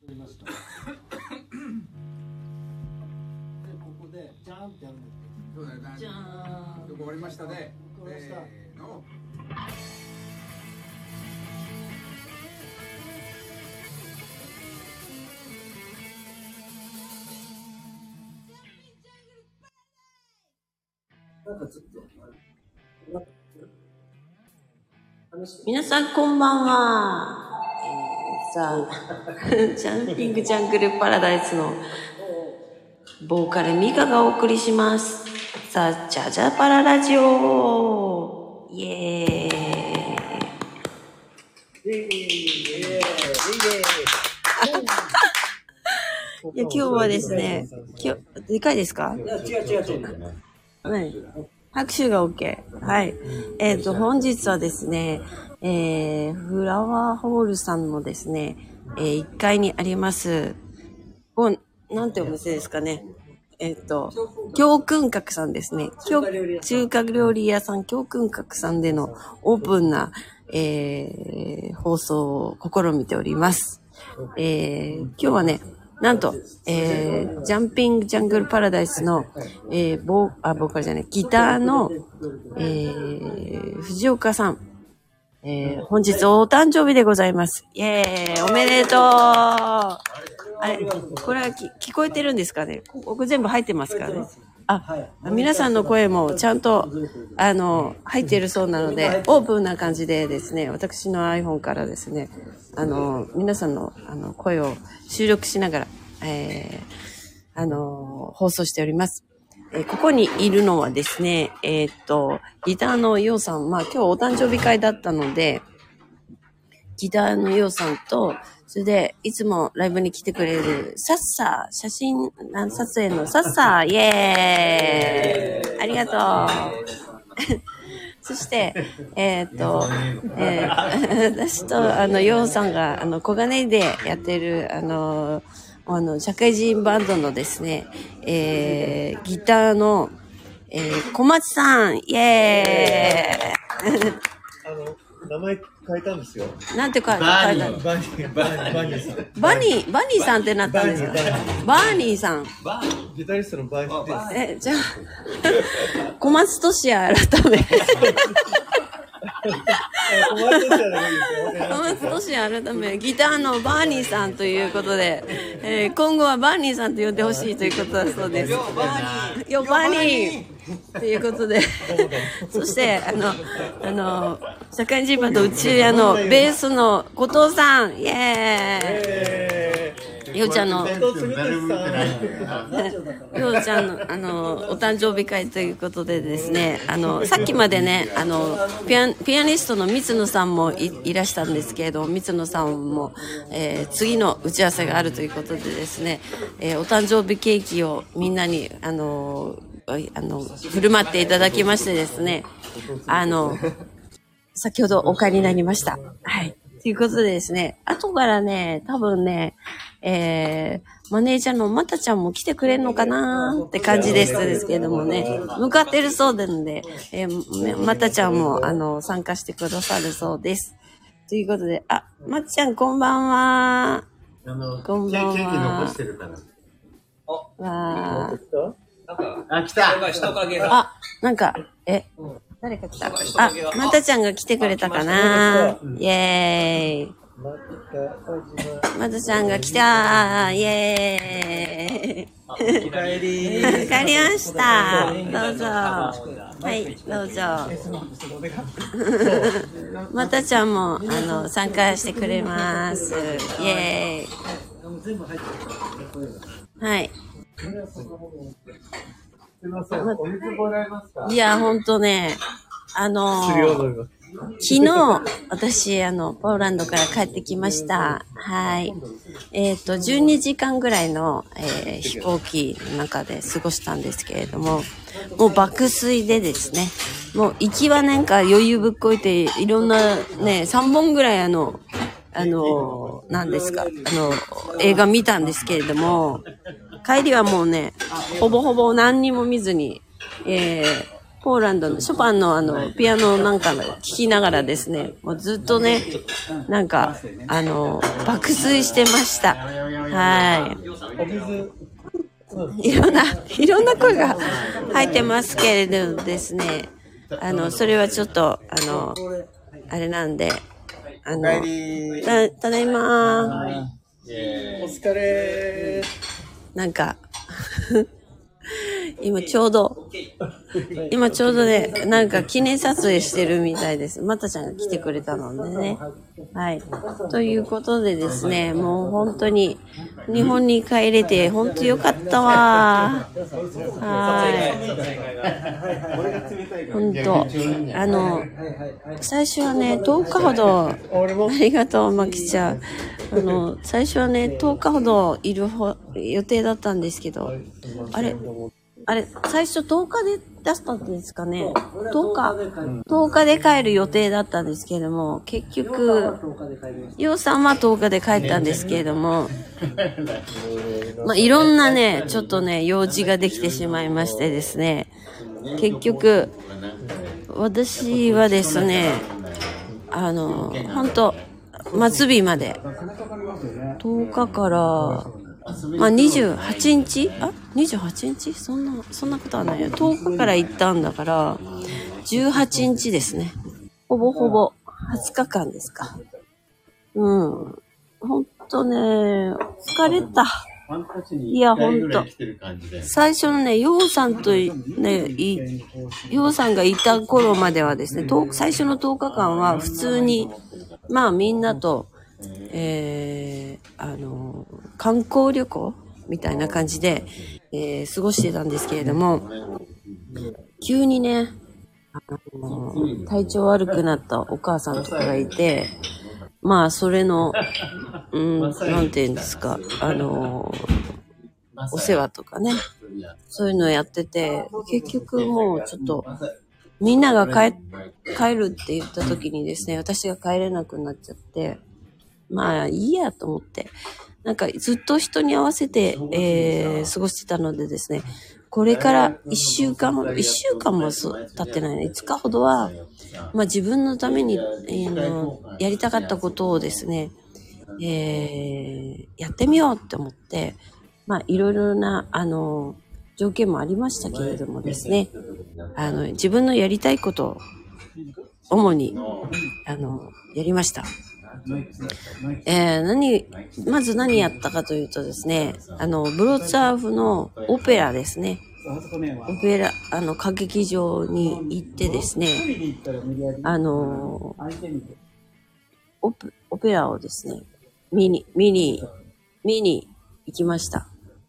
りました。で、ここでジャーンってやるんだって。 そうだよね。 じゃーん。 終わりましたね。 終わりました。 の。 なんかちょっと皆さんこんばんは。さあ、ジャンピングジャングルパラダイスのボーカルミカがお送りします。さあ、ジャジャパララジオイエーイ。いや、今日はですね、でかいですか？ いや、違う。 はい。拍手が OK。はい。本日はですね、フラワーホールさんのですね、1階にあります、なんてお店ですかね。京君閣さんですね。中華料理屋さん、京君閣さんでのオープンな、放送を試みております。今日はね、なんと、ジャンピングジャングルパラダイスの、ボーカルじゃない、ギターの、藤岡さん、本日お誕生日でございます。イエーイ、おめでとう。あれ、これは聞こえてるんですかね？ここ全部入ってますからね。皆さんの声もちゃんと、入っているそうなので、オープンな感じでですね、私の iPhone からですね、皆さんの、声を収録しながら、放送しております。ここにいるのはですね、ギターのヨウさん、今日お誕生日会だったので、ギターのヨウさんと、それで、いつもライブに来てくれる、サッサー、写真撮影のサッサー、イエーイ、ありがとう。そして、私と、ヨウさんが、小金井でやってる、社会人バンドのですね、ギターの、小松さん、イエーイ。 名前変えたんですよ。 なんて書いたの？ バニーさん。 バニーさんってなったんですか？バーニーさん。 ギタリストのバニーです。 じゃあ、小松俊也改め。小松俊也改め、ギターのバーニーさんということで、今後はバーニーさんと呼んでほしいということだそうです。よバーニーということで、そして、社会人バンド宇宙屋のベースの後藤さん、イエーイ。ようちゃんの、ようちゃんの、お誕生日会ということでですね、さっきまでね、ピアニストの三野さんもいらしたんですけれど、三野さんも、次の打ち合わせがあるということでですね、お誕生日ケーキをみんなに、振る舞っていただきましてですね、先ほどお帰りになりました。はい。ということでですね、後からね、多分ね、マネージャーのまたちゃんも来てくれるのかなーって感じですけれどもね、向かってるそうなので、またちゃんも、参加してくださるそうです。ということで、まっちゃんこんばんは。こんばんは。 ケーキ残してるから。 わー。 来た。 なんか、誰か来た？またちゃんが来てくれたかな？イェーイ。またちゃんが来たー、イェーイ。帰りました。どうぞ。はい、どうぞ。またちゃんも、参加してくれます。イェーイ。はい。 すみません、お水もらえますか？ いや、ほんとね、昨日、私、ポーランドから帰ってきました。はい。12時間ぐらいの、飛行機の中で過ごしたんですけれども、もう爆睡でですね、もう行きはなんか余裕ぶっこいて、いろんなね、3本ぐらい何ですか、映画見たんですけれども、帰りはもうね、ほぼほぼ何にも見ずに、 ポーランドのショパンのピアノなんか聴きながらですね、もうずっとね、なんか、爆睡してました。はい。いろんな声が入ってますけれどですね、それはちょっと、あれなんで、ただいまー。 お疲れー。 なんか、今ちょうどね、なんか記念撮影してるみたいです。またちゃんが来てくれたのでね。はい。ということでですね、もう本当に日本に帰れて本当よかったわー。はい。本当。最初はね、10日ほど、ありがとう、まきちゃん。最初はね、10日ほどいる予定だったんですけど、あれ、最初10日で出したんですかね。10日で帰る予定だったんですけれども、結局、ヨウさんは10日で帰ったんですけれども、まあ、いろんなね、ちょっとね、用事ができてしまいましてですね、結局、私はですね、本当末日まで、10日から、まあ、28日?28 日そんなことはないよ。10日から行ったんだから、18日ですね。ほぼほぼ20日間ですか。ほんとね、疲れた。いや、ほんと。最初のね、ヨウさんがいた頃まではですね、最初の10日間は普通に、まあみんなと、観光旅行みたいな感じで、過ごしてたんですけれども、急にね、体調悪くなったお母さんとかがいて、まあ、それの、なんて言うんですか、お世話とかね、そういうのをやってて、結局もうちょっと、みんなが帰るって言った時にですね、私が帰れなくなっちゃって、まあいいやと思って、なんかずっと人に合わせて、過ごしてたのでですね、これから1週間も経ってないね、5日ほどは、まあ自分のために、やりたかったことをですね、やってみようって思って、まあいろいろな、条件もありましたけれどもですね、自分のやりたいことを主に、やりました。まず何やったかというとですね、ブロツァーフのオペラですね。オペラ、歌劇場に行ってですね、オペラをですね、見に行きました。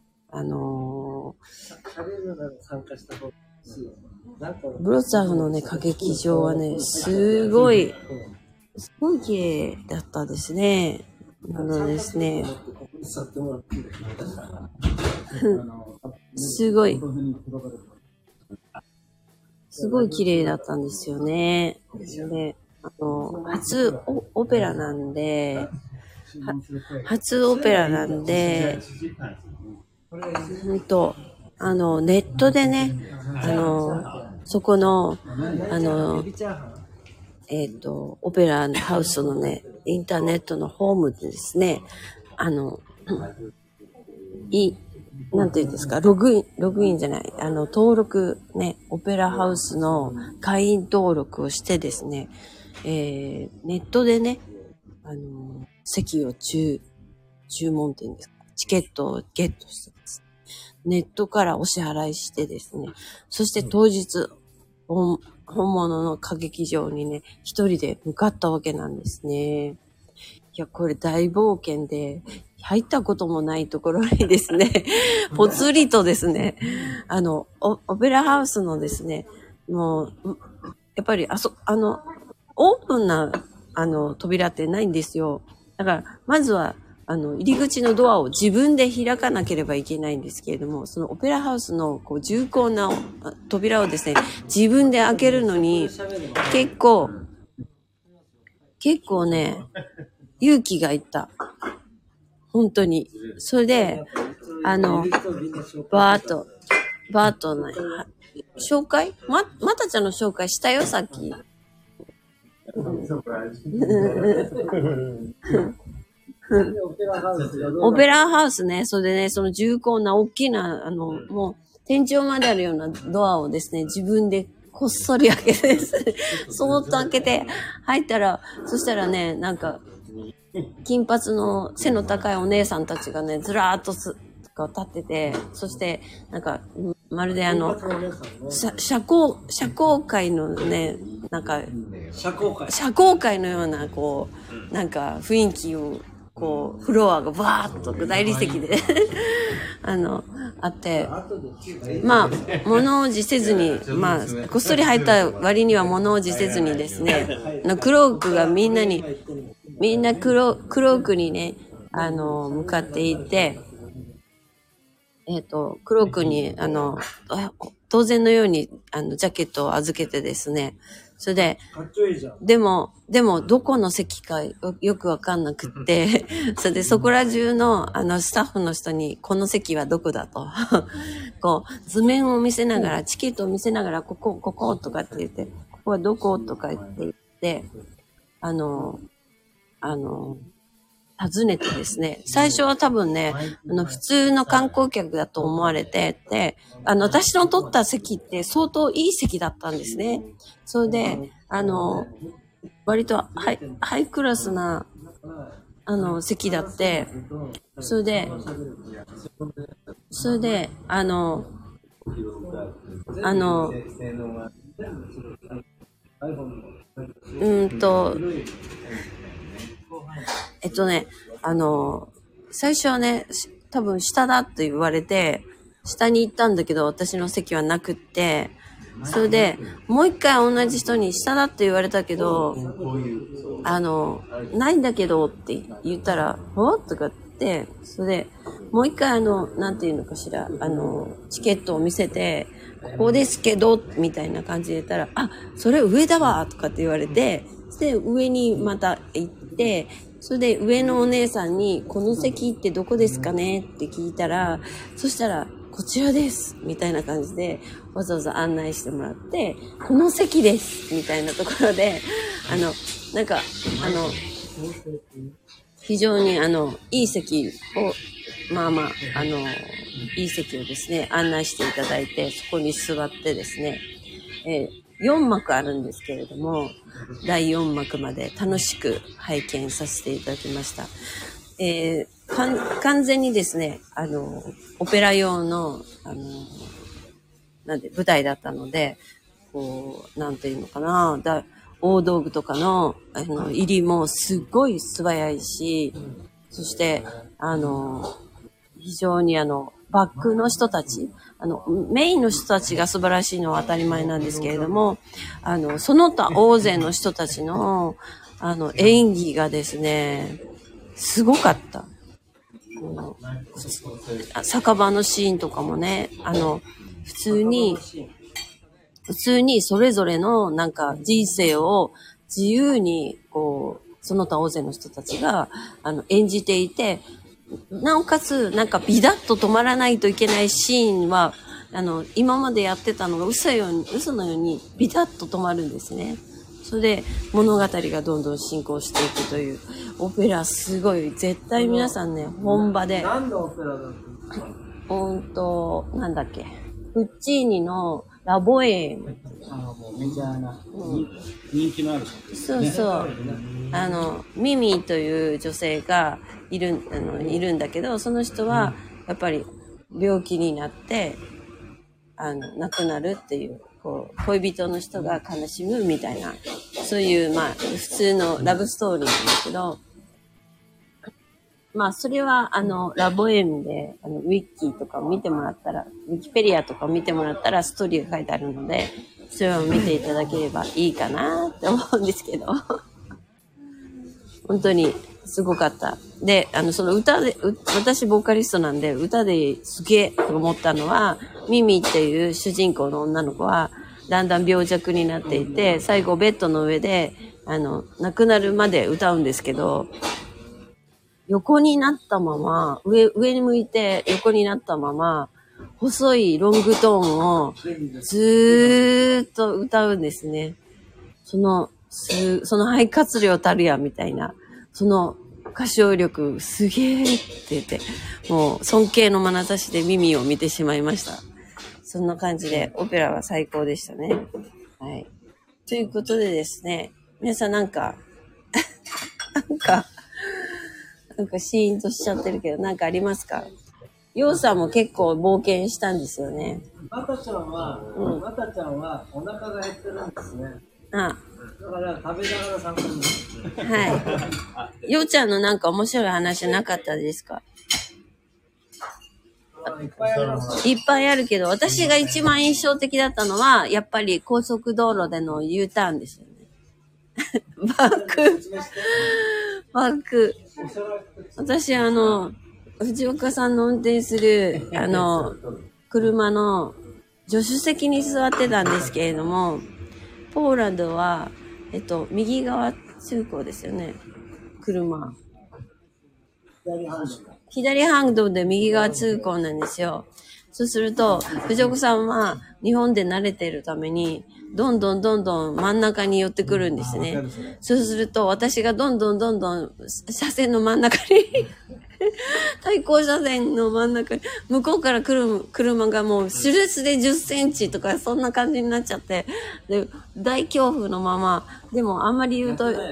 ブロツァーフのね、歌劇場はね、すごい綺麗だったですね。ですね。すごい綺麗だったんですよね。で、初オペラなんで、ネットでね、そこの、オペラハウスのね、インターネットのホームでですね、なんていうんですか、ログインじゃない、登録ね、オペラハウスの会員登録をしてですね、ネットでね、席を注文っていうんですか、チケットをゲットしてです、ネットからお支払いしてですね、そして当日、本物の歌劇場にね、一人で向かったわけなんですね。いや、これ大冒険で、入ったこともないところにですね、ぽつりとですね、オペラハウスのですね、もう、やっぱりオープンな、扉ってないんですよ。だから、まずは、入り口のドアを自分で開かなければいけないんですけれども、そのオペラハウスのこう重厚な扉をですね、自分で開けるのに、結構ね、勇気がいった。本当に。それで、バーっとバートね、紹介またちゃんの紹介したよ、さっき。オペラハウスね、それでね、その重厚な大きな、もう、天井まであるようなドアをですね、自分でこっそり開けてですね、そーっと開けて、入ったら、そしたらね、なんか、金髪の背の高いお姉さんたちがね、ずらーっと立ってて、そして、なんか、まるで社交界のね、なんか、社交界のような、こう、なんか雰囲気を、こう、フロアがバーっと大理石であって、まあ、物おじせずに、まあ、こっそり入った割には物おじせずにですね、クロークがみんなクロークにね、向かっていて、クロークに、当然のように、ジャケットを預けてですね、それで、でも、どこの席かよくわかんなくって、それでそこら中の、スタッフの人に、この席はどこだと、こう、図面を見せながら、チケットを見せながら、こことかって言って、ここはどことか言って、訪ねてですね、最初は多分ね、普通の観光客だと思われてて、私の取った席って相当いい席だったんですね。それで、割とハイクラスな、席だって、それで、最初はね、多分下だって言われて、下に行ったんだけど、私の席はなくって、それで、もう一回同じ人に下だって言われたけど、ないんだけどって言ったら、おとかって、それで、もう一回なんていうのかしら、チケットを見せて、ここですけど、みたいな感じで言ったら、あ、それ上だわとかって言われて、で、上にまた行って、それで上のお姉さんに、この席ってどこですかねって聞いたら、そしたら、こちらですみたいな感じで、わざわざ案内してもらって、この席ですみたいなところで、なんか、非常にいい席を、いい席をですね、案内していただいて、そこに座ってですね、4幕あるんですけれども、第4幕まで楽しく拝見させていただきました。完全にですね、オペラ用の、舞台だったので、こう、なんていうのかな、大道具とかの、入りもすごい素早いし、そして、非常にバックの人たち、メインの人たちが素晴らしいのは当たり前なんですけれども、その他大勢の人たちの、演技がですね、すごかった。酒場のシーンとかもね、普通にそれぞれのなんか人生を自由に、こう、その他大勢の人たちが、演じていて、なおかつ、なんかビダッと止まらないといけないシーンは、今までやってたのが嘘のようにビタッと止まるんですね。それで物語がどんどん進行していくという、オペラすごい、絶対皆さんね、本場で。 何のオペラだったなんだっけ。プッチーニのラボエーム。 もうメジャーな。 人気のあるそうそう。ミミという女性がいるんだけど、その人は、やっぱり病気になって、亡くなるっていう、こう、恋人の人が悲しむみたいな、そういう、普通のラブストーリーなんだけど、それは、ラボエムで、ウィッキーとかを見てもらったら、ウィキペディアとかを見てもらったら、ストーリーが書いてあるので、それを見ていただければいいかなって思うんですけど。本当に、すごかった。で、その歌で、私ボーカリストなんで、歌ですげえと思ったのは、ミミっていう主人公の女の子は、だんだん病弱になっていて、最後ベッドの上で、亡くなるまで歌うんですけど、横になったまま、上に向いて横になったまま、 細いロングトーンをずーっと歌うんですね。その肺活量たるやみたいな、その歌唱力すげーって言って、もう尊敬の眼差しで耳を見てしまいました。そんな感じでオペラは最高でしたね。はい。ということでですね、皆さんなんかシーンとしちゃってるけど、なんかありますか？ヨウさんも結構冒険したんですよね。 マタちゃんはお腹が減ってるんですね。 あ、 だから食べながら参加する。 はい。ヨウちゃんのなんか面白い話なかったですか？ いっぱいあります。 いっぱいあるけど、私が一番印象的だったのは、やっぱり高速道路での U ターンですよね。バック。私藤岡さんの運転する、車の助手席に座ってたんですけれども、ポーランドは、右側通行ですよね。車。左ハンドルで右側通行なんですよ。そうすると、藤岡さんは日本で慣れているために、どんどん真ん中に寄ってくるんですね。そうすると、私がどんどん車線の真ん中に対向車線の真ん中に、向こうから来る車がもうスレスレ10センチとかそんな感じになっちゃって、で、大恐怖のまま、でもあんまり言うと、違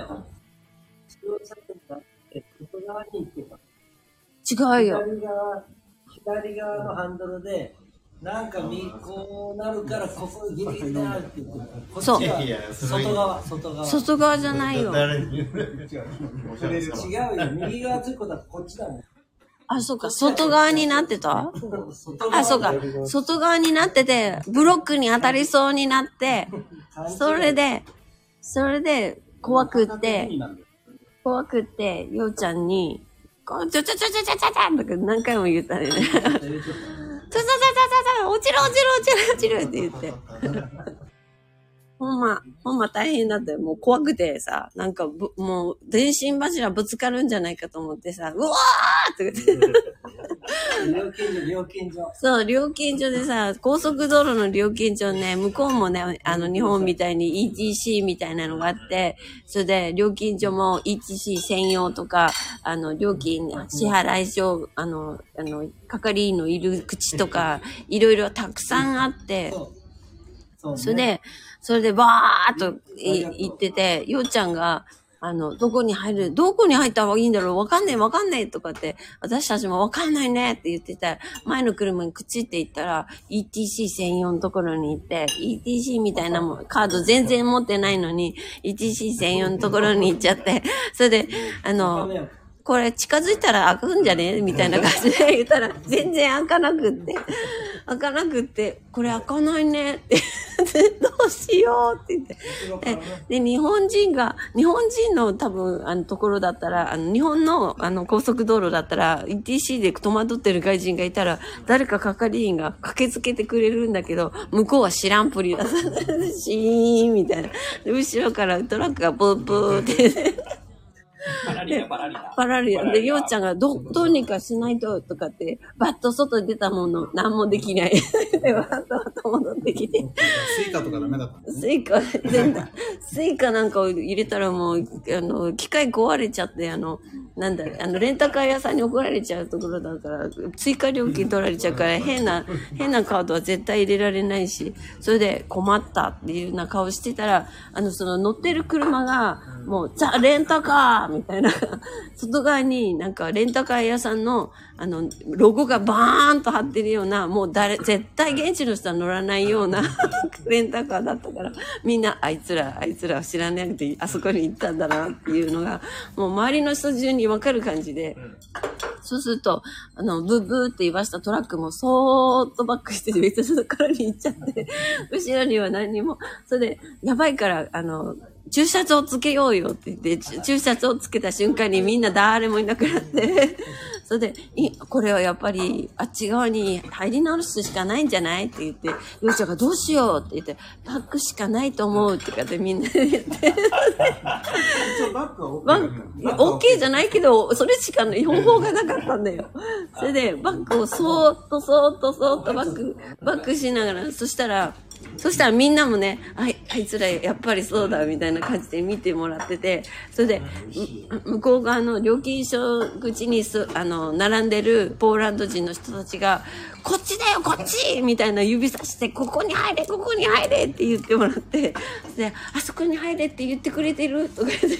うよ。 左側のハンドルで、なんかこうなるからここギリギリだって言ってる。こっちが外側じゃないよ。 違うよ。右側つくことはこっちだもん。 あ、そうか。外側になってた？あ、そうか。外側になってて、ブロックに当たりそうになって、それで、怖くって、ようちゃんに、ちゃとか何回も言ったね。落ちるって言って。ほんま大変だったよ。もう怖くてさ、なんかもう電信柱ぶつかるんじゃないかと思ってさ、うわーって言って。 料金所。 そう、料金所でさ、高速道路の料金所ね、向こうもね、日本みたいに ETC みたいなのがあって、それで料金所も ETC 専用とか、料金支払い所、係員のいる口とか、いろいろたくさんあって、それでバーっと言ってて、ようちゃんが、どこに入った方がいいんだろうわかんねえとかって、私たちもわかんないねって言ってたら、前の車に口って言ったら、ETC 専用のところに行って、ETC みたいなカード全然持ってないのに、ETC 専用のところに行っちゃって、それで、これ近づいたら開くんじゃねみたいな感じで言ったら、全然開かなくって、これ開かないねって、どうしようって言って。で、日本人の多分、ところだったら、日本の、高速道路だったら、ETC で戸惑ってる外人がいたら、誰か係員が駆けつけてくれるんだけど、向こうは知らんぷりだ。シーンみたいな。で後ろからトラックがブーブーって。パラリア。で、ようちゃんがどうにかしないと、とかって、バッと外に出たもの、何もできない。で、バッと戻ってきて。 スイカとかダメだったの？ スイカなんかを入れたらもう、機械壊れちゃって、レンタカー屋さんに怒られちゃうところだから、追加料金取られちゃうから、変なカードは絶対入れられないし、それで困ったっていうような顔してたら、乗ってる車が、もう、ザ・レンタカーみたいな、外側になんかレンタカー屋さんの、ロゴがバーンと貼ってるような、もう絶対現地の人は乗らないようなレンタカーだったから、みんなあいつら知らないであそこに行ったんだなっていうのが、もう周りの人中にわかる感じで、そうすると、ブーブーって言わしたトラックもそーっとバックして別のところに行っちゃって、後ろには何にも、それで、やばいから、駐車場つけようよって言って、駐車場つけた瞬間にみんな誰もいなくなって、 それで、これはやっぱりあっち側に入り直すしかないんじゃないって言って、ようちゃんがどうしようって言って、バックしかないと思うってかってみんなで言って。 バックは OK じゃないけど、それしか方法がなかったんだよ。それで、バックをそーっとバックしながら、そしたらみんなもね、あいつらやっぱりそうだみたいな感じで見てもらってて、それで、向こう側の料金所口に並んでるポーランド人の人たちが、こっちだよ、こっちみたいな指さして、ここに入れって言ってもらって、で、あそこに入れって言ってくれてるとか言って、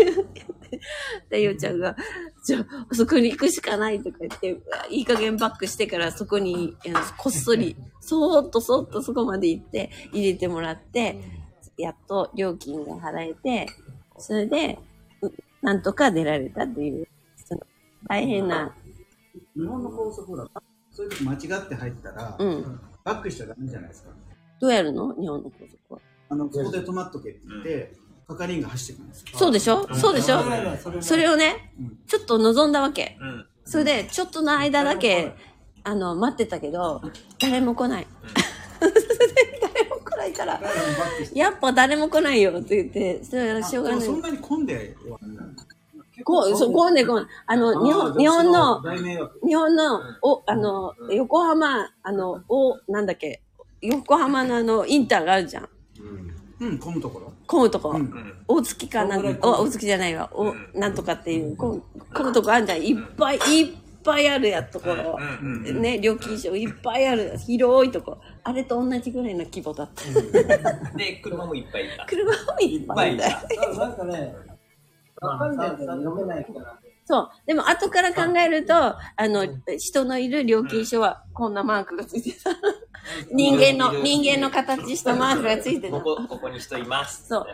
で、ゆうちゃんが、じゃあ、そこに行くしかないとか言って、いい加減バックしてからそこに、こっそり、そーっとそこまで行って、入れてもらって、やっと料金が払えて、それで、なんとか出られたという、大変な。 日本の高速だと、そういう時間違って入ったら、バックしちゃダメじゃないですか。 どうやるの日本の高速は。 ここで止まっとけって言って、係員が走ってくるんですよ。 そうでしょ、それをね、ちょっと望んだわけ。それで、ちょっとの間だけ、待ってたけど、誰も来ない。誰も来ないから、やっぱ誰も来ないよって言って、それはしょうがない。 そんなに混んでは混んで、日本の、横浜、なんだっけ、横浜のインターがあるじゃん。 混むところ。 大月かなんか、大月じゃないわ。なんとかっていう、混むとこあるじゃん。いっぱいあるところ。ね、料金所いっぱいある。広いとこ。あれと同じぐらいの規模だった。 で、車もいっぱいいた。 車もいっぱいいた。 なんかね、わかんないけど読めないから。 そう。でも、後から考えると、人のいる料金所は、こんなマークがついてた。人間の形したマークがついてた。 ここに人います。 そう。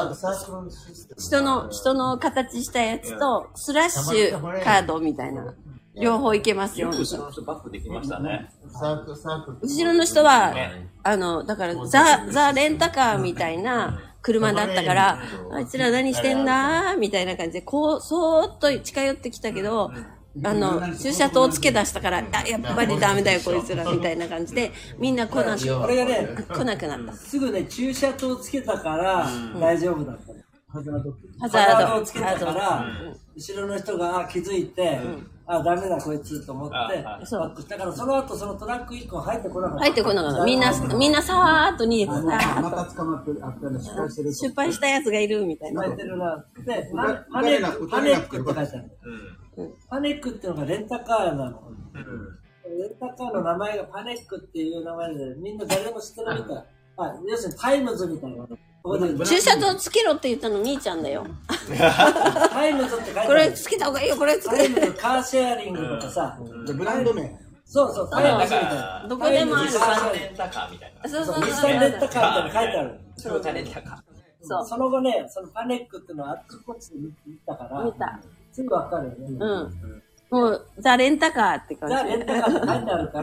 人の形したやつと、スラッシュカードみたいな。両方いけますよ。 後ろの人バックできましたね。 後ろの人は、だから、ザ・レンタカーみたいな車だったから、あいつら何してんだみたいな感じで、そーっと近寄ってきたけど、駐車灯をつけ出したから、やっぱりダメだよ、こいつら、みたいな感じで、みんな来なくなった。 すぐね、駐車灯をつけたから、大丈夫だったの。ハザードをつけたから、後ろの人が気づいて、ダメだこいつと思って、だからその後そのトラック1個入ってこなかった。 みんなさーっと逃げてた。 また捕まってあったら失敗してる。 失敗したやつがいるみたいな。 失敗してるな。で、パネックって書いてある。パネックっていうのがレンタカーなの。レンタカーの名前がパネックっていう名前で、みんな誰でも知ってるみたい。要するにタイムズみたいな。 駐車場つけろって言ったの兄ちゃんだよ。 タイムズって書いてある。 これつけた方がいいよ、これつけタイムズ、カーシェアリングとかさ。 ブランド名。 そう、タイムズみたいな。 どこでもある。 レンタカーみたいな。 そう、日産レンタカーみたいなの書いてある。 トヨタレンタカー。その後ね、そのパネックっていうのはあっちこっちで見たから、すぐわかるよね。 もう、ザ・レンタカーって感じ。 ザ・レンタカーって書いてあるから、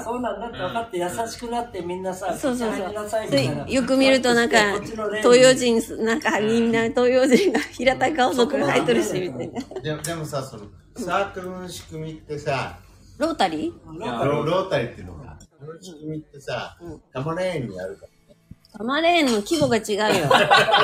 そうなんだって分かって優しくなってみんなさ、 そう。よく見るとなんか、東洋人、なんかみんな東洋人が平たい顔族が入ってるし、みたいな。 でもさ、その、サークルの仕組みってさ、 ロータリーロータリーっていうのが、その仕組みってさ、たまレーンにあるから。 タマレーンの規模が違うよ。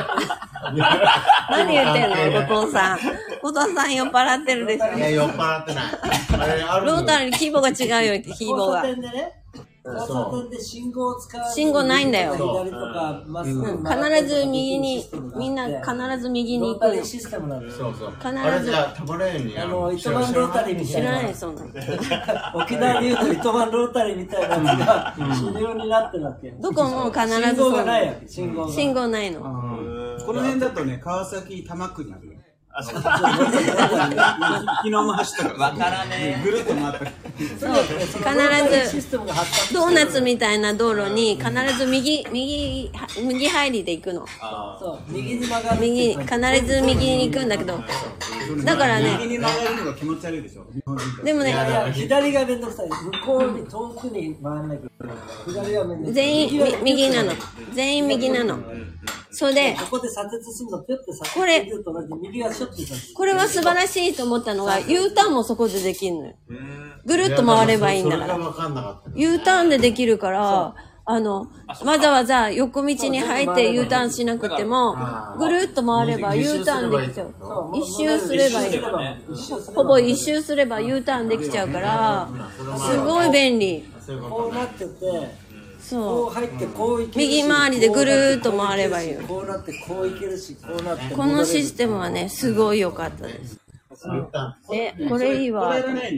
何言ってんの、後藤さん。後藤さん酔っ払ってるでしょ。 いや、酔っ払ってない。 ロータリー規模が違うよ、規模が。 交差点でね、交差点で信号を使う。 信号ないんだよ。 左とか、まっすぐ。 必ず右に、みんな必ず右に行くよ。 システムなんだよ。 そう。 必ず。 たまレーンに糸満ロータリーみたいな。 知らない、そんなの。 沖縄で言うと糸満ロータリーみたいなやつが主流になってるわけ。 どこも必ず信号がないわけ、信号ないの。 この辺だとね、川崎多摩区にあるよ。昨日も走ったから。 わからねえ。 ぐるっと回った。 そう、必ず、ドーナツみたいな道路に必ず右入りで行くの。 そう、右に曲がる。 必ず右に行くんだけど、だからね。 右に曲がるのが気持ち悪いでしょ。 でもね、 左がめんどくさい。向こうに遠くに回らなきゃいけない。左はめんどくさい。 全員右なの。全員右なの。 それで、 ここで左折するの、ぴょって左折すると同じ右がショッてした。 これは素晴らしいと思ったのが、U ターンもそこでできるのよ。ぐるっと回ればいいんだから。U ターンでできるから、わざわざ横道に入って U ターンしなくても、ぐるっと回れば U ターンできちゃう。一周すればいい。ほぼ一周すれば U ターンできちゃうから、すごい便利。 こうなってて、 そう。 こう入ってこう行けるし、 右回りでぐるーっと回ればいいよ。 こうなってこう行けるし、こうなって。 このシステムはね、すごい良かったです。これいいわ。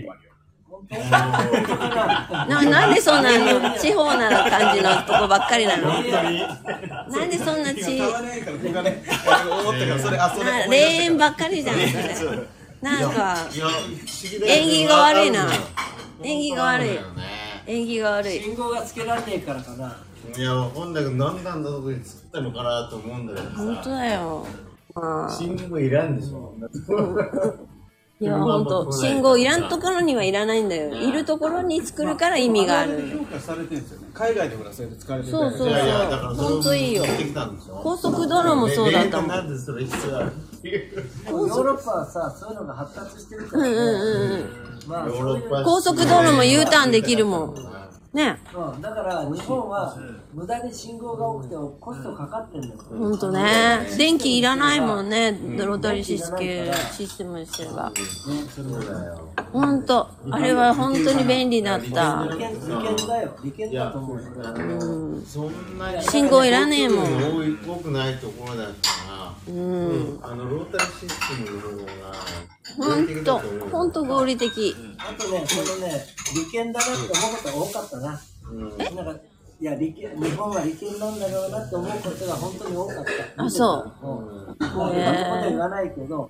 なんでそんなの地方な感じのとこばっかりなの？なんでそんな霊園ばっかりじゃん、それ。なんか、縁起が悪いな。縁起が悪い。縁起が悪い。 信号がつけられねえからかな。 いや、わかんないけど、なんであんなとこに作ったのかなと思うんだけどさ。 本当だよ。 信号いらんでしょ。 いや、ほんと、信号いらんところにはいらないんだよ。いるところに作るから意味がある。 評価されてるんですよね。海外でほら、そうやって使われてる。 そうそうそう。ほんといいよ。高速道路もそうだと思う。 なんでそれ必要ある？ ヨーロッパはさ、そういうのが発達してるからね。まあ、 高速道路も U ターンできるもん。ね。 だから日本は無駄に信号が多くてコストかかってんだよ。 ほんとね。電気いらないもんね。ロータリーシステムにすれば。ほんと。あれは本当に便利だった。 利権だよ。利権だと思う。 信号いらねえもん。 多くないところだったら、ロータリーシステムの方がほんと合理的。 あとね、このね、利権だなって思うことが多かったな。なんか、いや、日本は利権なんだろうなって思うことが本当に多かった。 あ、そう。 こんなこと言わないけど、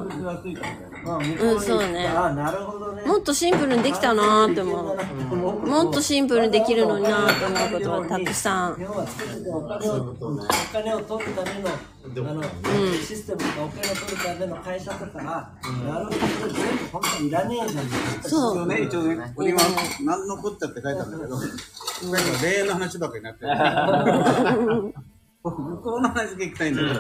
そうね。 あ、なるほどね。 もっとシンプルにできたなーって思う。もっとシンプルにできるのになーって思うことはたくさん。 日本は作っててお金を取るためのシステムとかお金を取るための会社とか、なるほど、全部本当にいらねえじゃん。 そうね、一応ね、これ今、何のこっちゃって書いてあるんだけど、霊園の話ばっかりになってる。向こうの話聞きたいんだけど。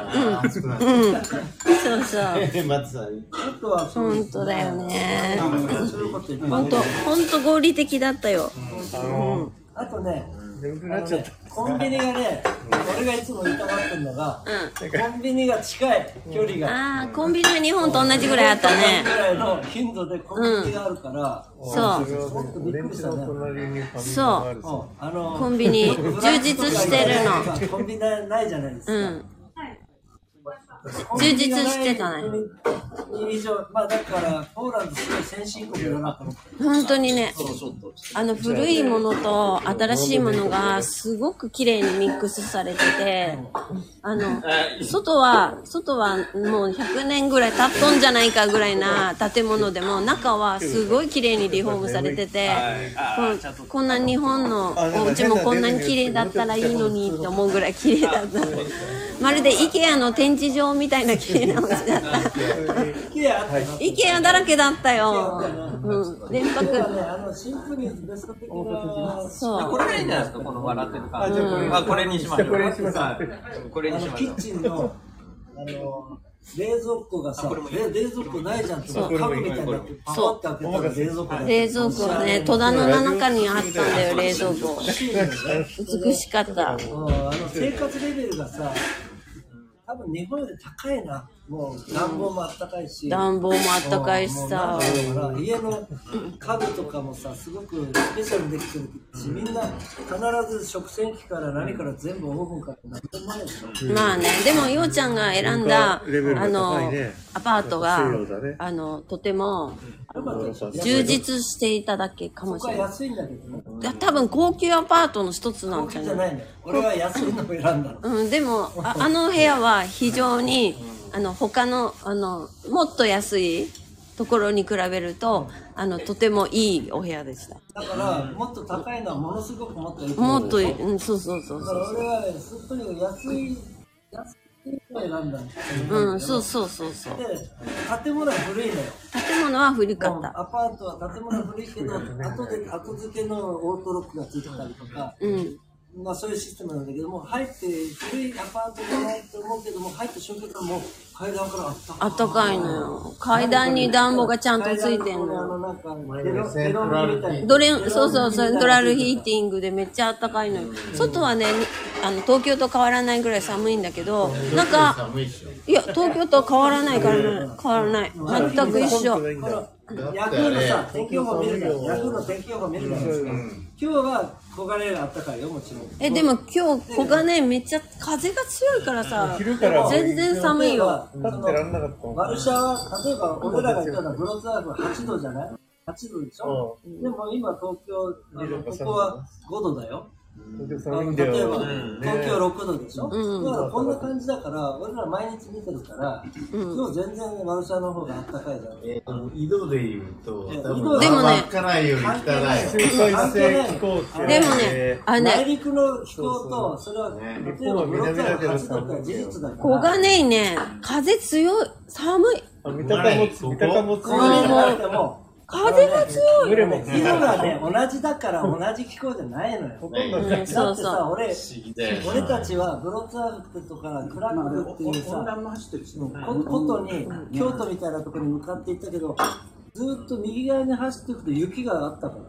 そうそう。本当だよね。本当合理的だったよ。 あとね、コンビニがね、俺がいつも言いたがってるのが、コンビニが近い距離が。 ああ、コンビニは日本と同じぐらいあったね。 ぐらいの頻度でコンビニがあるから、 そう。 びっくりしたね。 そう。コンビニ、充実してるの。 コンビニないじゃないですか。 充実してたね。 以上、まあだから、ポーランドすごい先進国だなと思って。 本当にね、古いものと新しいものがすごく綺麗にミックスされてて、外はもう100年ぐらい経っとんじゃないかぐらいな建物でも、中はすごい綺麗にリフォームされてて、こんな日本のお家もこんなに綺麗だったらいいのにって思うぐらい綺麗だった。まるで IKEA の展示場みたいな綺麗なお家だった。IKEA だらけだったよ。連泊。 シンプルにベスト的な。 そう。 これがいいんじゃないですか、この笑ってる感じ。これにしましょう。これにしましょう。 キッチンの、冷蔵庫がさ、冷蔵庫ないじゃんって、家具みたいになって、パワって開けたら冷蔵庫だ。 冷蔵庫はね、戸棚の中にあったんだよ、冷蔵庫。美しかった。 生活レベルがさ、多分日本より高いな。もう暖房もあったかいし。 暖房もあったかいしさ。 家の家具とかもさ、すごくスペシャルできてるし、みんな必ず食洗機から何から全部オーブンからって何でもないでしょ。 まあね、でもようちゃんが選んだ、アパートが、とても、充実していただけかもしれない。 そこは安いんだけどね。 多分高級アパートの一つなんじゃない？ 高級じゃないね。俺は安いのを選んだ。 でも、あの部屋は非常に、他の、もっと安いところに比べると、とてもいいお部屋でした。 だから、もっと高いのはものすごくもっといい。 もっといい、そうそうそう。 だから俺はね、とにかく安いのを選んだ。 そうそうそう。 で、建物は古いのよ。 建物は古かった。 アパートは建物は古いけど、後付けのオートロックがついてたりとか、 まあそういうシステムなんだけども、入って古いアパートじゃないと思うけども、入った瞬間からもう階段からあったかいのよ。階段に暖房がちゃんとついてんのよ。そうそう、セントラルヒーティングでめっちゃあったかいのよ。外はね、東京と変わらないぐらい寒いんだけど、なんか、いや、東京と変わらないからね、変わらない。全く一緒。 ヤフーのさ、天気予報見るじゃん。ヤフーの天気予報見るじゃないですか。今日は小金があったかいよ、もちろん。 でも今日小金めっちゃ風が強いからさ、全然寒いよ。 ワルシャワ、例えば俺らが言ったのはブロツワーフ8度じゃない ?8 度でしょ、でも今東京、ここは5度だよ。例えば東京6度でしょ、だからこんな感じだから、俺ら毎日見てるから、今日全然ワルシャワの方があったかいじゃん。 緯度で言うと、 でもね、 稚内より汚い。 でもね、 内陸の気候と、それは、例えばブロツワーフ8度って事実だから。 小金ね、風強い、寒い。 三鷹も強い。 風が強い。 色がね、同じだから同じ気候じゃないのよ。だってさ、俺たちはブロツワーフとかクラクルっていうさ、ことに、京都みたいなところに向かっていったけど、ずっと右側に走っていくと雪があったから。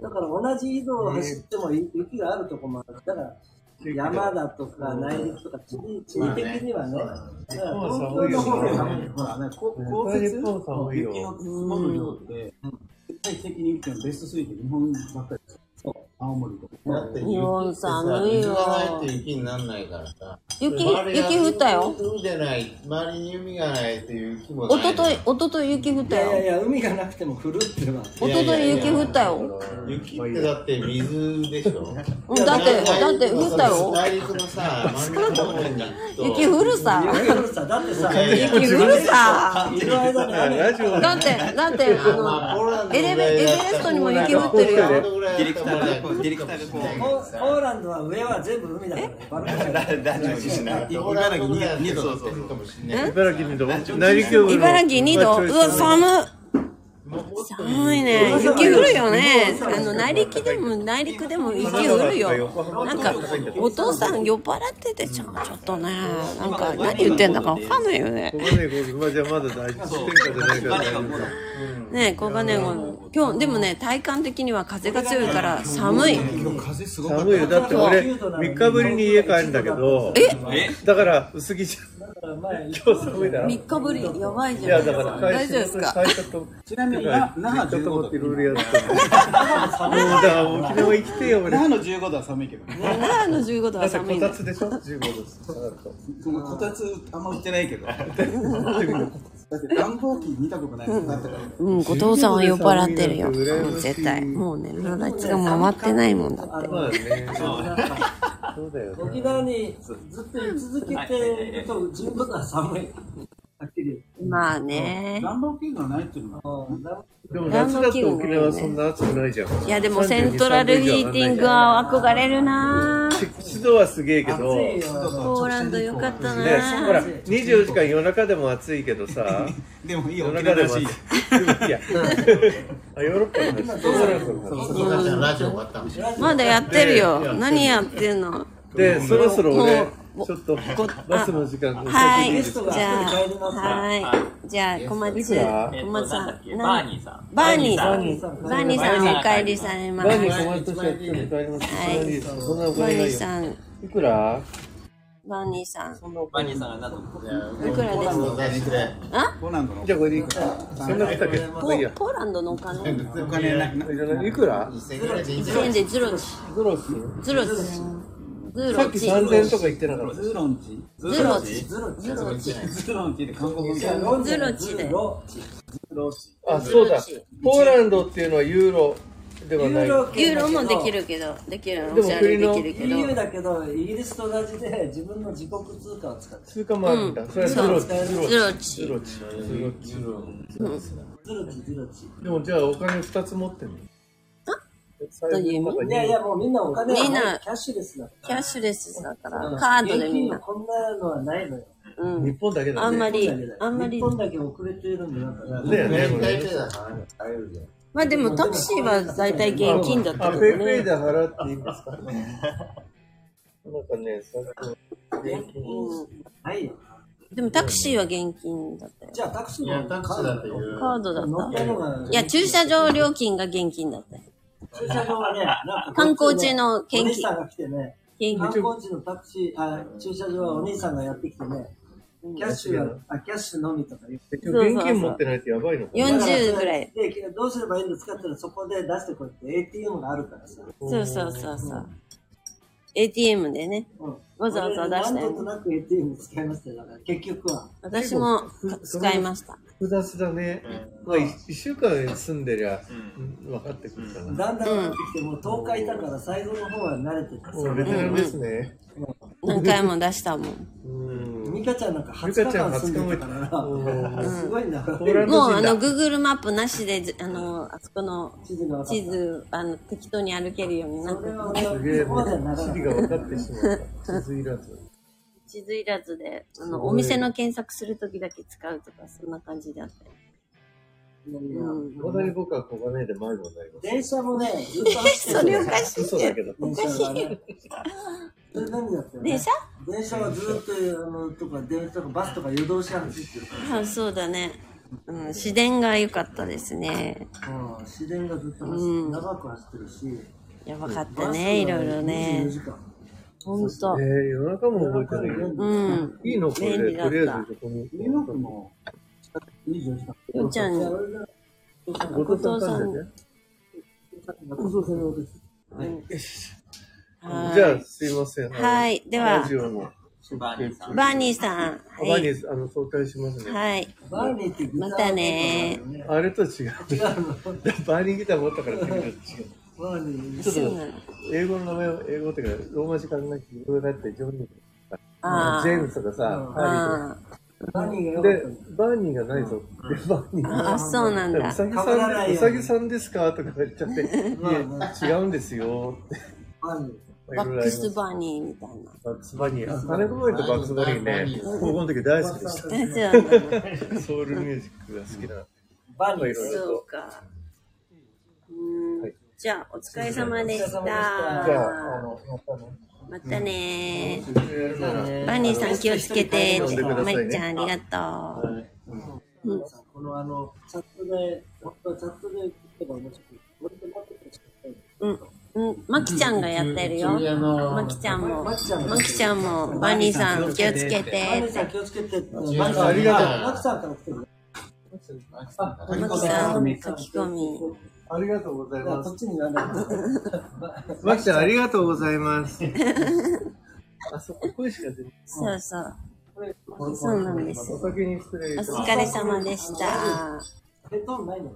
だから同じ緯度を走っても雪があるところもある。だから山だとか内陸とか地理的にはね、東京の方が寒い。ほらね、降雪、雪の積もる量って、世界的に見てもベスト3って日本ばっかりですよ。青森とか。 だって日本寒いよ。 水がないと雪にならないからさ。 雪降ったよ。 海でない、周りに海がないと雪もない。 おととい雪降ったよ。 いや、海がなくても降るってば。 おととい雪降ったよ。 雪ってだって水でしょ。 だって降ったよ。 大陸のさ、真ん中の方に雪降るさ。 だってさ、 雪降るさ。 いる間に雨。 だってエベレストにも雪降ってるよ。 ディレクターがポーランドは上は全部海だからね。 大丈夫しない。 茨城2度ってるかもしれない。 茨城2度。内陸部の。 茨城2度。うわ、寒いね。雪降るよね。内陸でも雪降るよ。なんか、お父さん酔っ払っててちょっとね、なんか何言ってんだかわかんないよね。 じゃあまだ大丈夫。天下じゃないから大丈夫。 ね、小金今日でもね、体感的には風が強いから寒い。 寒いよ。だって俺3日ぶりに家帰るんだけど、だから薄着じゃん。今日寒いだろ。 3日ぶりやばいじゃん。 いやだから大丈夫ですか。 ちなみに那覇15度いろいろやってる。もうだから沖縄行きてよ俺。 那覇の15度は寒いけどね。 那覇の15度は寒い。 こたつでしょ15度。 そのこたつあんま売ってないけど。だって暖房機見たことないもんだって。 お父さんは酔っ払ってるよ。絶対。もうね、ロライツが回ってないもんだって。 そうだよ。 沖縄にずっと居続けてると15度は寒い。はっきり。 まあね。 暖房器具がないっていうのは。 でも夏だと沖縄そんな暑くないじゃん。 いやでもセントラルヒーティングは憧れるな。 湿度はすげえけど。ポーランドよかったな。 ほら24時間夜中でも暑いけどさ。 でもいいよ。 夜中でも暑い。いや。ヨーロッパの話。 ラジオ終わった。 まだやってるよ。何やってんの。 でそろそろ俺ちょっとバスの時間。 はい。じゃあ小松さん。 バーニーさん。 バーニーさんお帰りされます。 バーニー小松として帰ります。 はい。 そんなお金ないよ。いくら？ バーニーさん。 バーニーさんが何といくらですか？あ？ ポーランドの。 じゃあこれでいいか。そんなことだけ。 ポーランドのお金？ お金ない。 いくら ？1000円でズロチ。ズロチ。 さっき3000とか言ってなかった。 ズロンチで韓国語。 ズロチで。 あ、そうだ。ポーランドっていうのはユーロではない。 ユーロもできるけど、できるの。 でも国の EU だけど、イギリスと同じで自分の自国通貨を使ってる。 通貨もあるんだ。それはズロチ。でもじゃあお金2つ持ってんの？ いやもうみんなお金はキャッシュレスだから。 キャッシュレスだから、カードでみんな。 こんなのはないのよ。 日本だけだね。 あんまり。 日本だけ遅れているんだよ。 だよね。 まあでもタクシーは大体現金だったけどね。 ペイで払っていいんですかね。なんかね、さっき現金。 はいよ。 でもタクシーは現金だったよ。 じゃあタクシーだっていう。 カードだった。いや、駐車場料金が現金だったよ。 駐車場はね、なんか観光地の現金。 お兄さんが来てね、観光地のタクシー、駐車場はお兄さんがやってきてね、キャッシュのみとか言って。 現金持ってないとやばいのかな。 40ぐらい。 で、どうすればいいんですかって言ったらそこで出してこいって ATM があるからさ。 そう。ATM でね。わざわざ出したよ。 何度となく ATM 使いましたよ。だから結局は。 私も使いました。 複雑だね。まあ1週間住んでりゃ分かってくるかな。 だんだん分かってきて、もう10日いたから最後の方は慣れてた。 ベテランですね。 何回も出したもん。 ミカちゃんなんか20日間住んでたから、すごいんだ。もう Google マップなしで、あそこの地図、適当に歩けるようになってたね。 すげえ、地理が分かってしまった。地図いらず。 地図いらずで、お店の検索するときだけ使うとか、そんな感じだったよ。 まだに僕は小金井で迷子になります。 電車もね、ずっと走ってる。 それおかしい。 嘘だけど。 おかしい。 それ何だったよ。 電車はずっと、電車とかバスとか夜通し走ってるから。 そうだね。市電が良かったですね。 市電がずっと長く走ってるし。 やばかったね、いろいろね。ほんと。 夜中も動いてないよ。いいのこれ、とりあえずここに。 ニューヨークも24時間。 ようちゃんに。後藤さん。 じゃあ、すいません。 はい。では、 バーニーさん。 バーニー、紹介しますね。 はい。またね。 あれと違う。バーニーギター持ったから違う。ちょっと、英語の名前は、英語っていうか、ローマ字考えて、いろいろあって、ジョニー、ジェームスとかさ、ハリーとか。で、バーニーがないぞ。バーニー。 そうなんだ。 うさぎさんですかとか言っちゃって、いえ、違うんですよって。 バックスバーニーみたいな。 バックスバニー。金子森とバックスバニーね、高校の時大好きでした。ソウルミュージックが好きな。 バニー。 そうか。じゃあ、お疲れ様でした。 じゃあ、 またね。バニーさん気をつけて。まりちゃんありがとう。 このチャットで聞けば面白い。 マキちゃんがやってるよ。マキちゃんも、バニーさん気をつけて。 バニーさん気をつけて。 ありがとう。 マキさんから来てる。 マキさん書き込み。 ありがとうございます。 こっちに言わない。 マキちゃんありがとうございます。あそこ声しか出ない。 そうそう。そうなんです。 お先に失礼します。 お疲れ様でした。 ヘッドホンないの？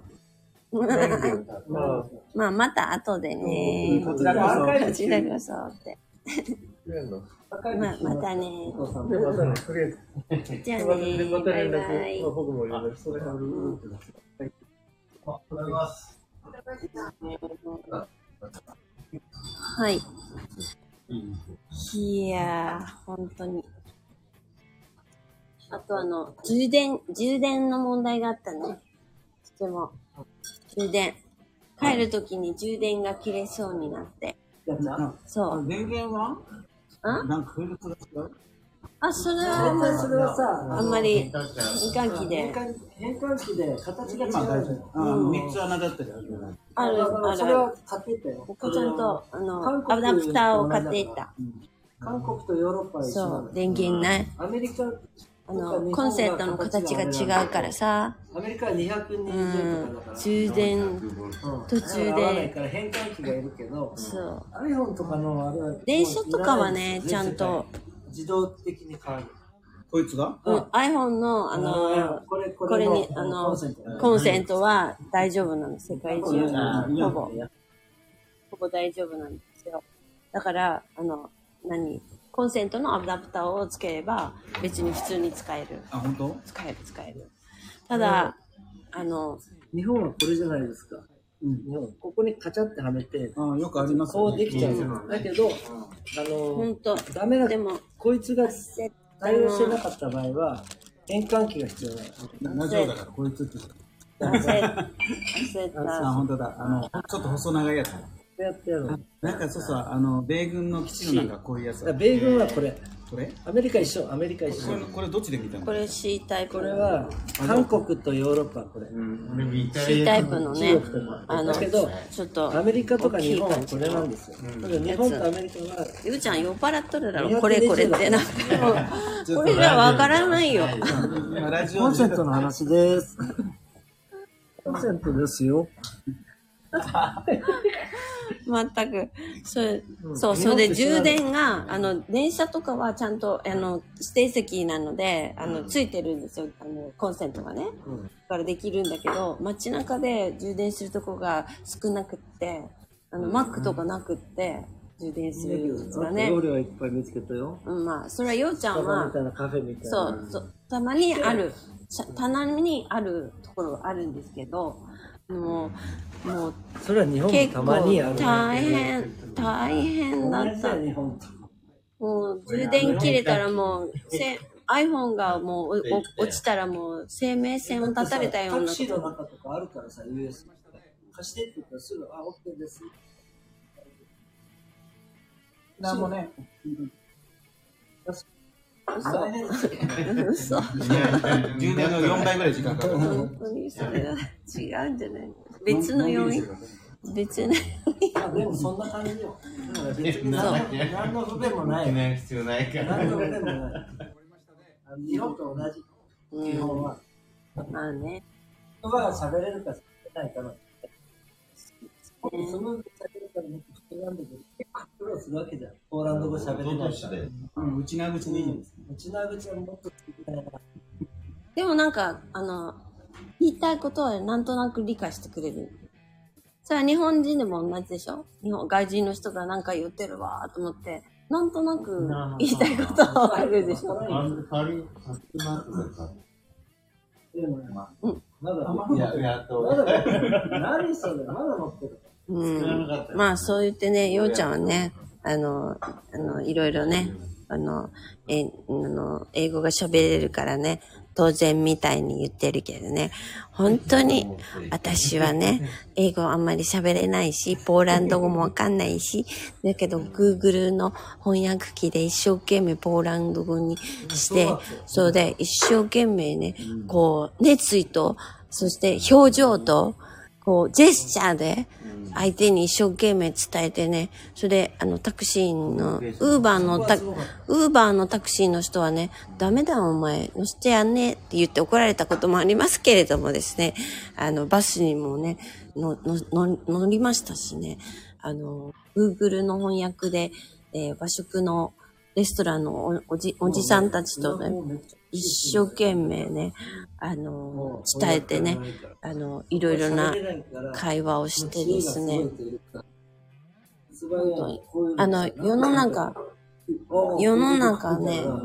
まあ、また後でね。 こちらこそって。またね。じゃあね。バイバイ。 僕も連絡それある。 はい。いやー、本当に。あと充電の問題があったね。とても。充電。帰るときに充電が切れそうになって。そう。 電源はなんかフィルターが違う？ それはさ、あんまり変換器で形が違う。 3つ穴だったじゃん。 ある。 それは買っていったよ。 ちゃんと、アダプターを買っていった。 韓国とヨーロッパは一緒。 そう、電源ね。 アメリカ、 コンセントの形が違うからさ。 アメリカは220とかだから。 充電、途中で。 変換器がいるけど、 そう。 iPhone とかのあれは。 電車とかはね、ちゃんと。 自動的に変わる。 こいつが iPhone の、これに、コンセントは大丈夫なの。世界中、ほぼ大丈夫なんですよ。だから、コンセントのアダプターをつければ、別に普通に使える。 本当？ 使える。ただ、 日本はこれじゃないですか。ここにカチャってはめて、 よくあります。 こうできちゃう。だけど、 本当ダメだ。 でも、 こいつが対応してなかった場合は、変換器が必要だよ。 ラジオだからこいつって。 焦った。 本当だ。ちょっと細長いやつ。 やってやろう。 なんかそうそう、米軍の基地のなんかこういうやつ。 米軍はこれ。 これアメリカ一緒、アメリカ一緒。 これどっちで見たの？ これ C タイプ。 これは韓国とヨーロッパこれ。 C タイプのね。 だけど、 ちょっとアメリカとか日本はこれなんですよ。日本とアメリカは。 ゆうちゃん酔っ払っとるだろ、これってな。これじゃわからないよ。 コンセントの話です。コンセントですよ。 全く。それで充電が、電車とかはちゃんと、指定席なので、ついてるんですよ。コンセントがね。だからできるんだけど、街中で充電するとこが少なくって、マックとかなくって、充電するやつがね。 料理はいっぱい見つけたよ。 まあ、それはようちゃんは、そう、たまにあるところがあるんですけど、もう、 それは日本もたまにある。 大変だった。もう、充電切れたらもう、iPhone がもう落ちたらもう、生命線を断たれたような。 タクシーの中とかあるからさ、US 貸してって言ったらすぐ、OK です。 なんもね。 嘘。 充電の4倍ぐらい時間かかる。 本当にそれは違うんじゃない？別の要因。別の要因。でもそんな感じよ。別に何の不便もない。 必要ないから。 何の不便もない。日本と同じ。基本は。 まあね。 言葉が喋れるか喋れないかな。その喋れるからもっと普通なんだけど、結構苦労するわけじゃん。ポーランド語喋れないから。 内な口でいいんです。 内な口はもっと作りたいな。 でもなんか、言いたいことはなんとなく理解してくれる。それは日本人でも同じでしょ？外人の人がなんか言ってるわと思って、なんとなく言いたいことはわかるでしょ？ でもね、まだ何それ、まだ乗ってる。 まあそう言ってね、ようちゃんはね、いろいろね、英語が喋れるからね、当然みたいに言ってるけどね、本当に私はね、英語あんまり喋れないし、ポーランド語もわかんないし、だけど Google の翻訳機で一生懸命ポーランド語にして、それで一生懸命ね、こう熱意と、そして表情と、こうジェスチャーで相手に一生懸命伝えてね、それでタクシーのウーバーのタクシーの人はね、ダメだお前乗せてやんねって言って怒られたこともありますけれどもですね、バスにもね乗りましたしね、Google の翻訳で、和食のレストランのおじさんたちとね、一生懸命ね、伝えてね、いろいろな会話をしてですね、世の中ね、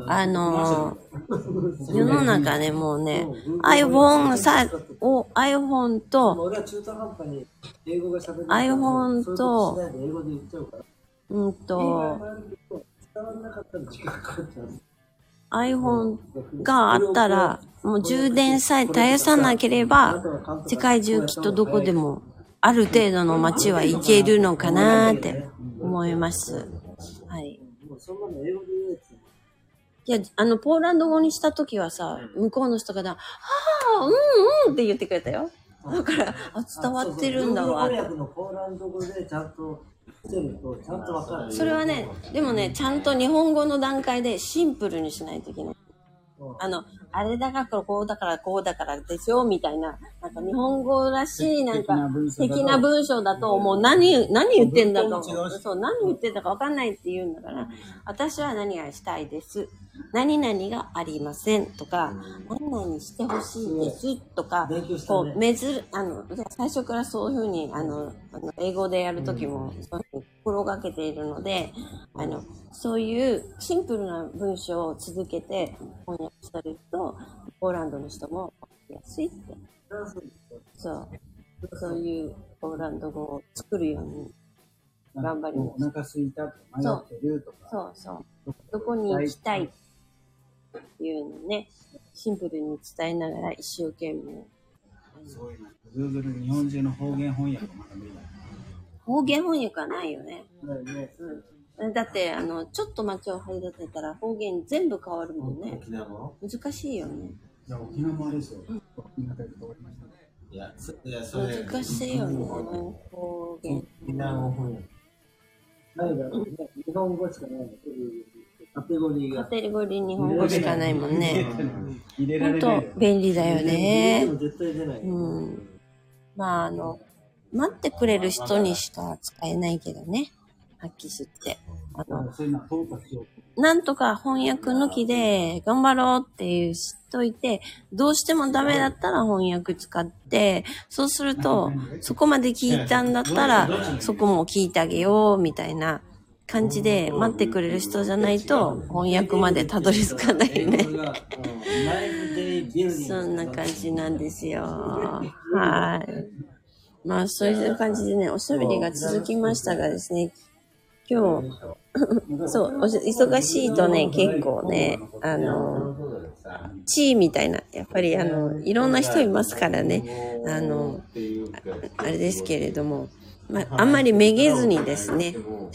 世の中ね、もうね、iPhone と、iPhone があったら、もう充電さえ絶やさなければ、世界中きっとどこでも、ある程度の街は行けるのかなって思います。はい。いや、ポーランド語にしたときはさ、向こうの人がって言ってくれたよ。だから、伝わってるんだわ。それはね、でもね、ちゃんと日本語の段階でシンプルにしないといけない。あれだからこうだからでしょみたいな、なんか日本語らしいなんか的な文章だともう何言ってんだか、何言ってんだか分かんないって言うんだから、私は何々したいです。何々がありませんとか、何々してほしいですとか、こう、最初からそういうふうに、英語でやるときも、そういうふうに心がけているので、そういうシンプルな文章を続けて翻訳されると、ポーランドの人もやりやすいって。そういうポーランド語を作るように頑張ります。 お腹すいたとか迷ってるとか。 どこに行きたいっていうのね、シンプルに伝えながら一生懸命そういうの。Google 日本中の方言翻訳まだ見れない。 方言翻訳はないよね。だって、ちょっと街を入らせたら方言全部変わるもんね。 沖縄も難しいよね。 いや、沖縄もあれですよ。沖縄で変わりましたね。 いや、それ。 難しいよね、方言。 沖縄も翻訳。 ないだろうね。日本語しかない。カテゴリーが。 カテゴリー日本語しかないもんね。 入れられない。 ほんと便利だよね。 絶対出ない。 まあ、待ってくれる人にしか使えないけどね。発揮して。なんとか翻訳抜きで頑張ろうっていう知っといて、どうしてもダメだったら翻訳使って、そうすると、そこまで聞いたんだったら、そこも聞いてあげようみたいな感じで待ってくれる人じゃないと翻訳までたどり着かないよね。そんな感じなんですよ。はい。まあそういう感じでね、おしゃべりが続きましたがですね、今日、そう、忙しいとね、結構ね、地位みたいな、やっぱりいろんな人いますからね、あれですけれども、まあ、あんまりめげずにですね、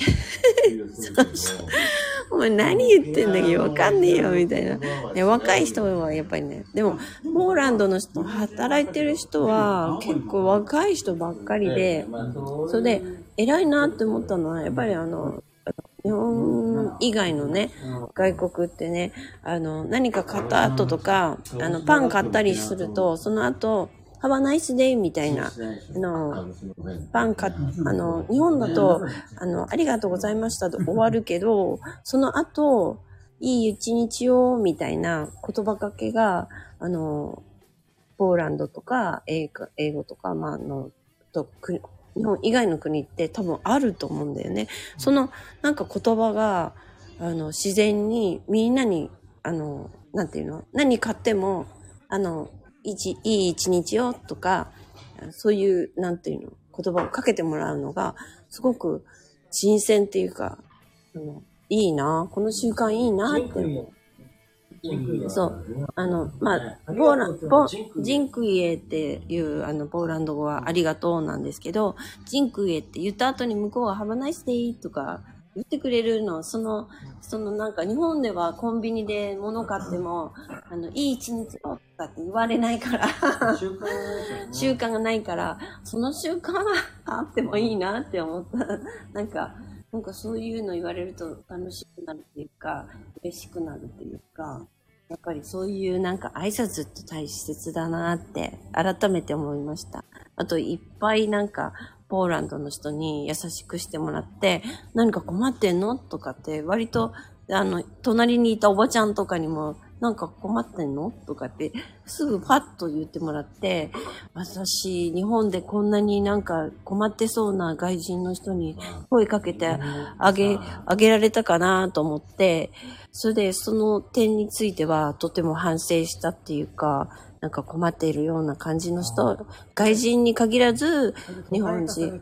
お前何言ってんだけどわかんねえよ、みたいな。ね、若い人はやっぱりね、でも、ポーランドの人、働いてる人は結構若い人ばっかりで、それで、偉いなって思ったのは、やっぱり日本以外のね、外国ってね、何か買った後とか、パン買ったりすると、その後、Have a nice day みたいな、パン日本だと、ありがとうございましたと終わるけど、その後、いい一日を、みたいな言葉かけが、ポーランドとか、英語とか、まあ、日本以外の国って多分あると思うんだよね。その、なんか言葉が、自然にみんなに、なんていうの？何買っても、いい一日をとか、そういう、なんていうの、言葉をかけてもらうのが、すごく新鮮っていうか、いいな、この習慣いいなって思う。そう。まあ、ジンクイエっていう、ポーランド語はありがとうなんですけど、ジンクイエって言った後に向こうは Have a nice day とか言ってくれるの、そのなんか日本ではコンビニで物買っても、いい一日をとかって言われないから、習慣がないから、その習慣があってもいいなって思った。なんかそういうの言われると楽しくなるっていうか、嬉しくなるっていうか、やっぱりそういうなんか挨拶って大切だなって改めて思いました。あといっぱいなんかポーランドの人に優しくしてもらって、何か困ってんのとかって割と隣にいたおばちゃんとかにもなんか困ってんのとかってすぐパッと言ってもらって、私日本でこんなになんか困ってそうな外人の人に声かけてあげられたかなと思って、それでその点についてはとても反省したっていうか、なんか困っているような感じの人、外人に限らず日本人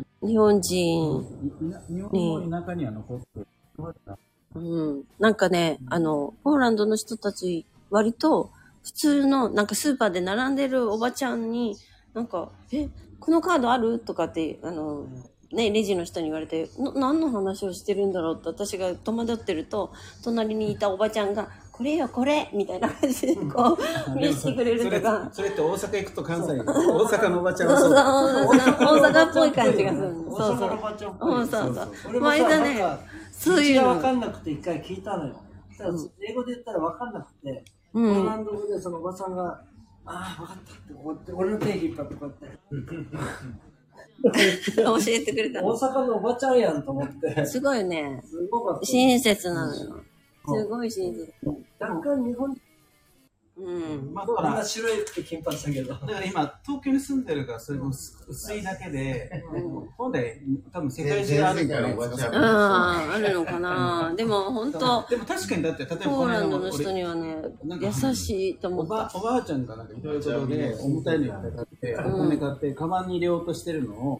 になんかね、ポーランドの人たち、割と、普通の、なんかスーパーで並んでるおばちゃんに、なんか、このカードあるとかって、ね、レジの人に言われて、何の話をしてるんだろうって私が戸惑ってると、隣にいたおばちゃんが、これよ、これみたいな感じで、こう、見せてくれるとか。 それって大阪行くと関西に、大阪のおばちゃんはそう。大阪っぽい感じがする。 そう。大阪のおばちゃんっぽい。 そう。 俺もさ、そういうの。わかんなくて一回聞いたのよ。英語で言ったらわかんなくて、ポーランド語でそのおばさんが、わかったって思って、俺の手引っ張ってこうやって。 教えてくれたの。 大阪のおばちゃんやんと思って。 すごいね。 すごかった。 親切なのよ。すごい親切。 若干日本まあ、こんな白い服金髪だけど。 だから今、東京に住んでるから、それも薄いだけで、本来、多分世界中あるんじゃないですか。 あるのかな。でも本当。 でも確かにだって、例えばポーランドの人にはね、優しいと思った。 おばあちゃんがなんかいろいろことで、重たいのに買って、お金買って、カバンに入れようとしてるのを、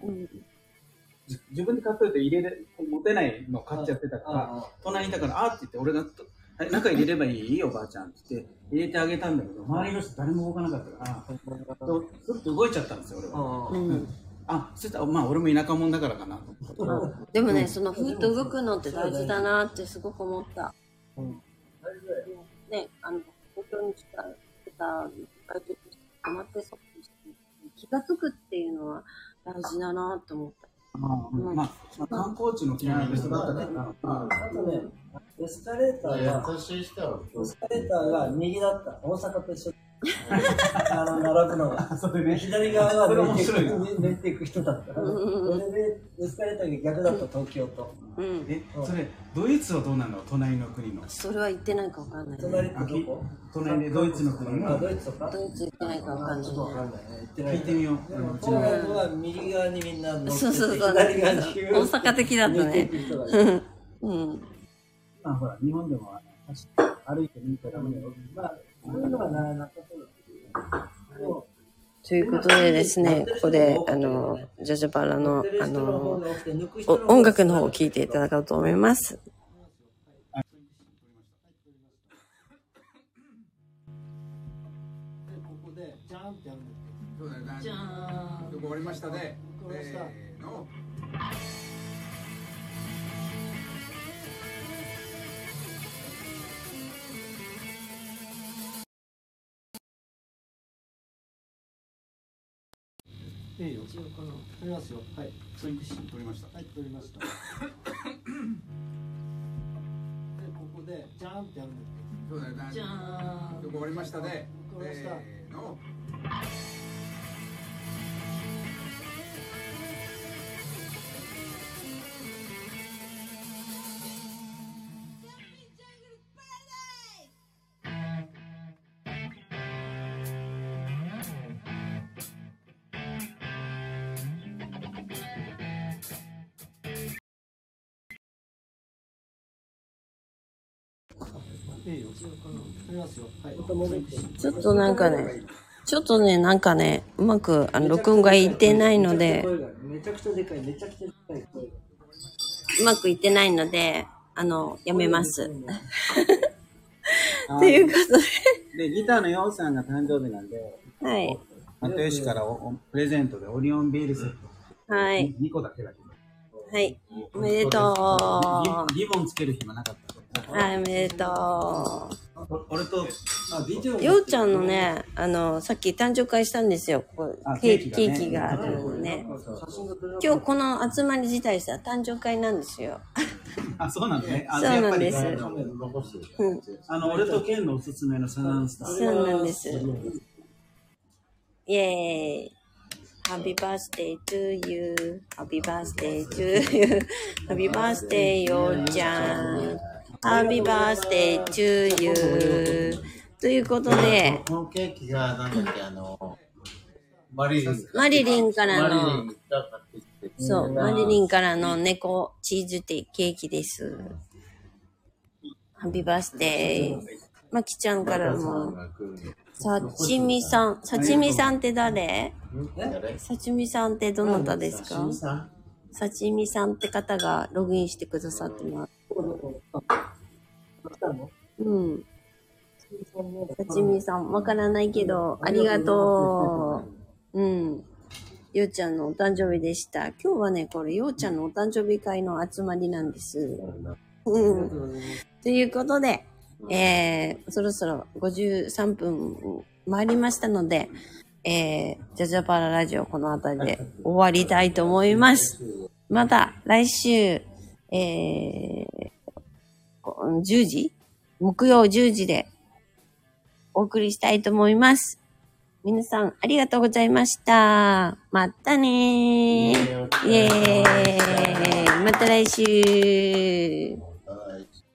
自分で買っといて持てないの買っちゃってたから、隣にいたから、って言って、俺が中入れればいいおばあちゃんって言って入れてあげたんだけど、周りの人誰も動かなかったから、ずっと動いちゃったんですよ、俺は。そしたら、まあ、俺も田舎者だからかなと。 でもね、そのふっと動くのって大事だなってすごく思った。ね、東京に来た外国人止まってそう気がつくっていうのは大事だなと思った。 まあ、観光地の気に人だったから。 あとね、エスカレーターが右だった。大阪と一緒。並ぶのが。左側が抜いていく人だった。それで、エスカレーターが逆だった、東京と。 それ、ドイツはどうなの？隣の国の。 それは言ってないかわかんない。 隣ってどこ？ 隣でドイツの国の。 ドイツとか？ ドイツ言ってないかわかんない。 聞いてみよう。 ポーランドは右側にみんな乗ってて、 左側に大阪的だったね。 まあほら、日本でも歩いてみたらダメだよ。まあ、そういうのはなかったということでですね、ここで、ジャジャパラの、音楽の方を聴いていただこうと思います。 じゃーん。終わりましたね。の。 いいよ。撮りますよ。はい。 撮りました。 はい、撮りました。で、ここで、じゃーんってやるんだっけ。 そうだよね。じゃーん。終わりましたね。の。 いいよ。撮りますよ。はい。 ちょっとなんかね、うまく録音がいってないので、 めちゃくちゃでかい、めちゃくちゃでかい声が。 うまくいってないので、やめます。ということで、ギターのヨウさんが誕生日なんで、 はい。 又吉からプレゼントでオリオンビールセット。 はい。 2個だけだけど。 はい。おめでとう。 リボンつける暇なかった。 はい、おめでとう。俺と、 ようちゃんのね、さっき誕生会したんですよ。ケーキがあるのね。今日この集まり自体さ、誕生会なんですよ。 あ、そうなんね。 そうなんです。 俺とケンのおすすめのサナンスター。 そうなんです。イェーイ。Happy birthday to you. Happy birthday to you. Happy birthday, ようちゃん。Happy birthday to you. ということで、 このケーキが、なんだっけ、マリリンからの、そう、マリリンからの猫チーズケーキです。Happy birthday。まきちゃんからも、さちみさん。さちみさんって誰？さちみさんってどなたですか？さちみさんって方がログインしてくださってます。うん。さちみさん、わからないけど、ありがとう。うん。ようちゃんのお誕生日でした。今日はね、これ、ようちゃんのお誕生日会の集まりなんです。うん。ということで、そろそろ53分回りましたので、ジャジャパララジオこの辺りで終わりたいと思います。また来週、10時木曜10時でお送りしたいと思います。皆さんありがとうございました。またねー。イエーイ。また来週。